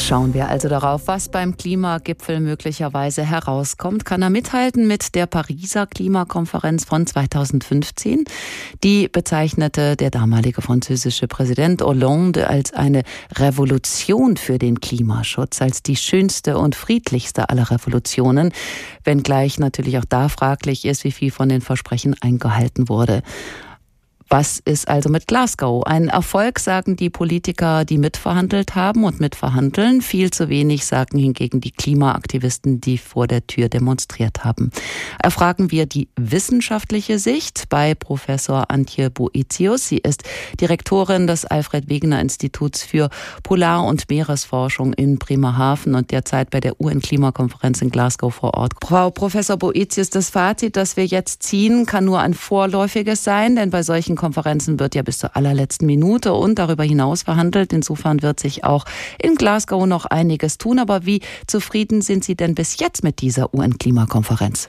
Schauen wir also darauf, was beim Klimagipfel möglicherweise herauskommt. Kann er mithalten mit der Pariser Klimakonferenz von 2015? Die bezeichnete der damalige französische Präsident Hollande als eine Revolution für den Klimaschutz, als die schönste und friedlichste aller Revolutionen, wenngleich natürlich auch da fraglich ist, wie viel von den Versprechen eingehalten wurde. Was ist also mit Glasgow? Ein Erfolg, sagen die Politiker, die mitverhandelt haben und mitverhandeln. Viel zu wenig, sagen hingegen die Klimaaktivisten, die vor der Tür demonstriert haben. Erfragen wir die wissenschaftliche Sicht bei Professor Antje Boetius. Sie ist Direktorin des Alfred-Wegener-Instituts für Polar- und Meeresforschung in Bremerhaven und derzeit bei der UN-Klimakonferenz in Glasgow vor Ort. Frau Professor Boetius, das Fazit, das wir jetzt ziehen, kann nur ein vorläufiges sein, denn bei solchen Konferenzen wird ja bis zur allerletzten Minute und darüber hinaus verhandelt. Insofern wird sich auch in Glasgow noch einiges tun. Aber wie zufrieden sind Sie denn bis jetzt mit dieser UN-Klimakonferenz?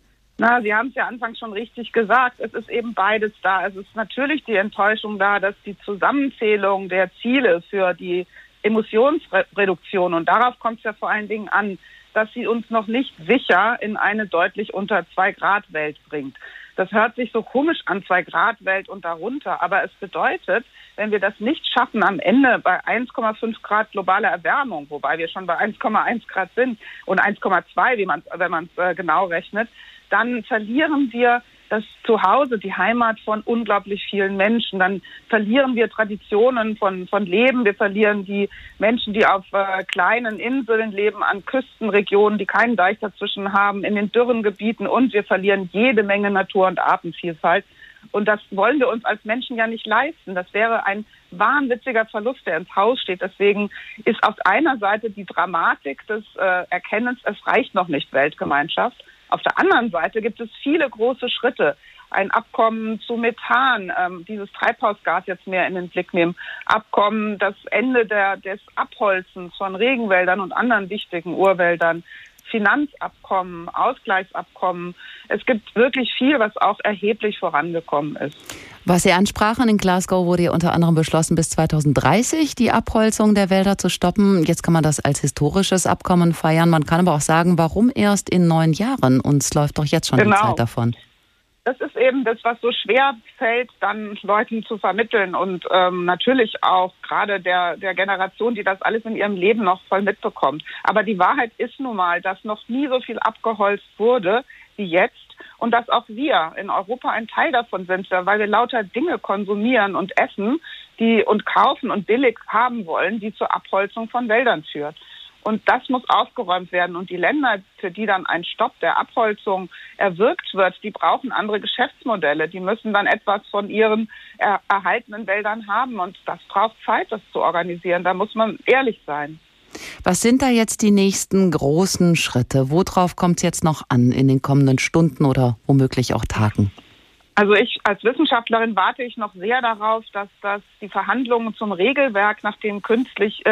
Na, Sie haben es ja anfangs schon richtig gesagt. Es ist eben beides da. Es ist natürlich die Enttäuschung da, dass die Zusammenzählung der Ziele für die Emissionsreduktion, und darauf kommt es ja vor allen Dingen an, dass sie uns noch nicht sicher in eine deutlich unter 2-Grad-Welt bringt. Das hört sich so komisch an, 2-Grad-Welt und darunter. Aber es bedeutet, wenn wir das nicht schaffen, am Ende bei 1,5 Grad globaler Erwärmung, wobei wir schon bei 1,1 Grad sind und 1,2, wenn man es genau rechnet, dann verlieren wir das Zuhause, die Heimat von unglaublich vielen Menschen. Dann verlieren wir Traditionen von Leben. Wir verlieren die Menschen, die auf kleinen Inseln leben, an Küstenregionen, die keinen Deich dazwischen haben, in den dürren Gebieten. Und wir verlieren jede Menge Natur- und Artenvielfalt. Und das wollen wir uns als Menschen ja nicht leisten. Das wäre ein wahnwitziger Verlust, der ins Haus steht. Deswegen ist auf einer Seite die Dramatik des Erkennens, es reicht noch nicht, Weltgemeinschaft. Auf der anderen Seite gibt es viele große Schritte. Ein Abkommen zu Methan, dieses Treibhausgas jetzt mehr in den Blick nehmen. Abkommen, das Ende des Abholzens von Regenwäldern und anderen wichtigen Urwäldern. Finanzabkommen, Ausgleichsabkommen. Es gibt wirklich viel, was auch erheblich vorangekommen ist. Was Sie ansprachen, in Glasgow wurde ja unter anderem beschlossen, bis 2030 die Abholzung der Wälder zu stoppen. Jetzt kann man das als historisches Abkommen feiern. Man kann aber auch sagen, warum erst in 9 Jahren? Uns läuft doch jetzt schon die Zeit davon. Das ist eben das, was so schwer fällt, dann Leuten zu vermitteln und natürlich auch gerade der Generation, die das alles in ihrem Leben noch voll mitbekommt. Aber die Wahrheit ist nun mal, dass noch nie so viel abgeholzt wurde wie jetzt und dass auch wir in Europa ein Teil davon sind, weil wir lauter Dinge konsumieren und essen, und kaufen und billig haben wollen, die zur Abholzung von Wäldern führt. Und das muss aufgeräumt werden. Und die Länder, für die dann ein Stopp der Abholzung erwirkt wird, die brauchen andere Geschäftsmodelle. Die müssen dann etwas von ihren erhaltenen Wäldern haben. Und das braucht Zeit, das zu organisieren. Da muss man ehrlich sein. Was sind da jetzt die nächsten großen Schritte? Worauf kommt es jetzt noch an in den kommenden Stunden oder womöglich auch Tagen? Also ich als Wissenschaftlerin warte ich noch sehr darauf, dass die Verhandlungen zum Regelwerk, nach dem künftig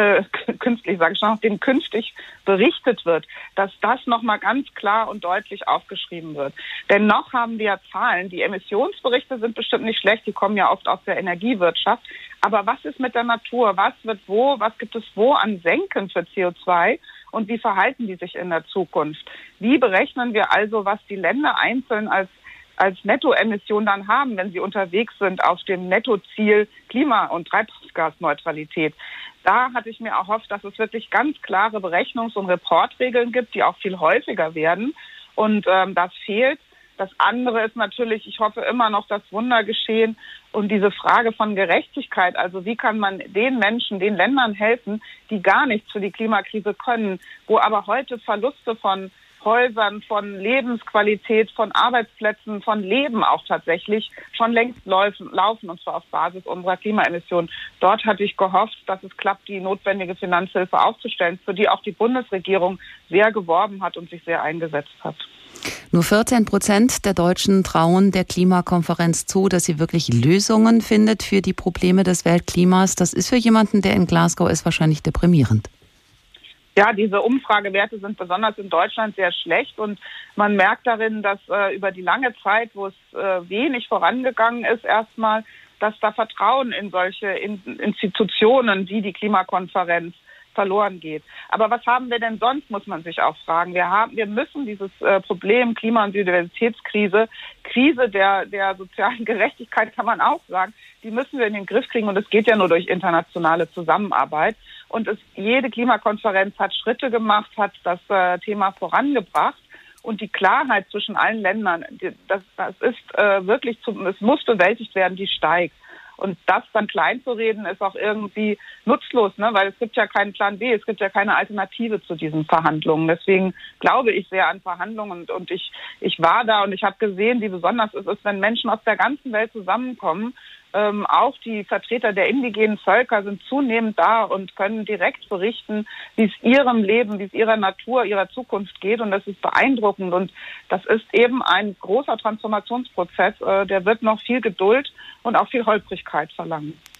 berichtet wird, dass das nochmal ganz klar und deutlich aufgeschrieben wird. Denn noch haben wir ja Zahlen. Die Emissionsberichte sind bestimmt nicht schlecht, die kommen ja oft aus der Energiewirtschaft. Aber was ist mit der Natur? Was gibt es wo an Senken für CO2? Und wie verhalten die sich in der Zukunft? Wie berechnen wir also, was die Länder einzeln als Nettoemission dann haben, wenn sie unterwegs sind auf dem Nettoziel Klima- und Treibhausgasneutralität. Da hatte ich mir erhofft, dass es wirklich ganz klare Berechnungs- und Reportregeln gibt, die auch viel häufiger werden. Und das fehlt. Das andere ist natürlich, ich hoffe immer noch, das Wunder geschehen und diese Frage von Gerechtigkeit. Also wie kann man den Menschen, den Ländern helfen, die gar nichts für die Klimakrise können, wo aber heute Verluste von Häusern, von Lebensqualität, von Arbeitsplätzen, von Leben auch tatsächlich schon längst laufen, und zwar auf Basis unserer Klimaemissionen. Dort hatte ich gehofft, dass es klappt, die notwendige Finanzhilfe aufzustellen, für die auch die Bundesregierung sehr geworben hat und sich sehr eingesetzt hat. Nur 14% der Deutschen trauen der Klimakonferenz zu, dass sie wirklich Lösungen findet für die Probleme des Weltklimas. Das ist für jemanden, der in Glasgow ist, wahrscheinlich deprimierend. Ja, diese Umfragewerte sind besonders in Deutschland sehr schlecht und man merkt darin, dass über die lange Zeit, wo es wenig vorangegangen ist, erstmal, dass da Vertrauen in solche Institutionen wie die Klimakonferenz verloren geht. Aber was haben wir denn sonst, muss man sich auch fragen. Wir müssen dieses Problem Klima- und Biodiversitätskrise, Krise der sozialen Gerechtigkeit, kann man auch sagen, die müssen wir in den Griff kriegen. Und es geht ja nur durch internationale Zusammenarbeit. Und jede Klimakonferenz hat Schritte gemacht, hat das Thema vorangebracht. Und die Klarheit zwischen allen Ländern, das ist wirklich, es muss bewältigt werden, die steigt. Und das dann kleinzureden, ist auch irgendwie nutzlos, ne? Weil es gibt ja keinen Plan B, es gibt ja keine Alternative zu diesen Verhandlungen. Deswegen glaube ich sehr an Verhandlungen und ich war da und ich habe gesehen, wie besonders es ist, wenn Menschen aus der ganzen Welt zusammenkommen. Auch die Vertreter der indigenen Völker sind zunehmend da und können direkt berichten, wie es ihrem Leben, wie es ihrer Natur, ihrer Zukunft geht. Und das ist beeindruckend. Und das ist eben ein großer Transformationsprozess. Der wird noch viel Geduld und auch viel Holprigkeit verlangen.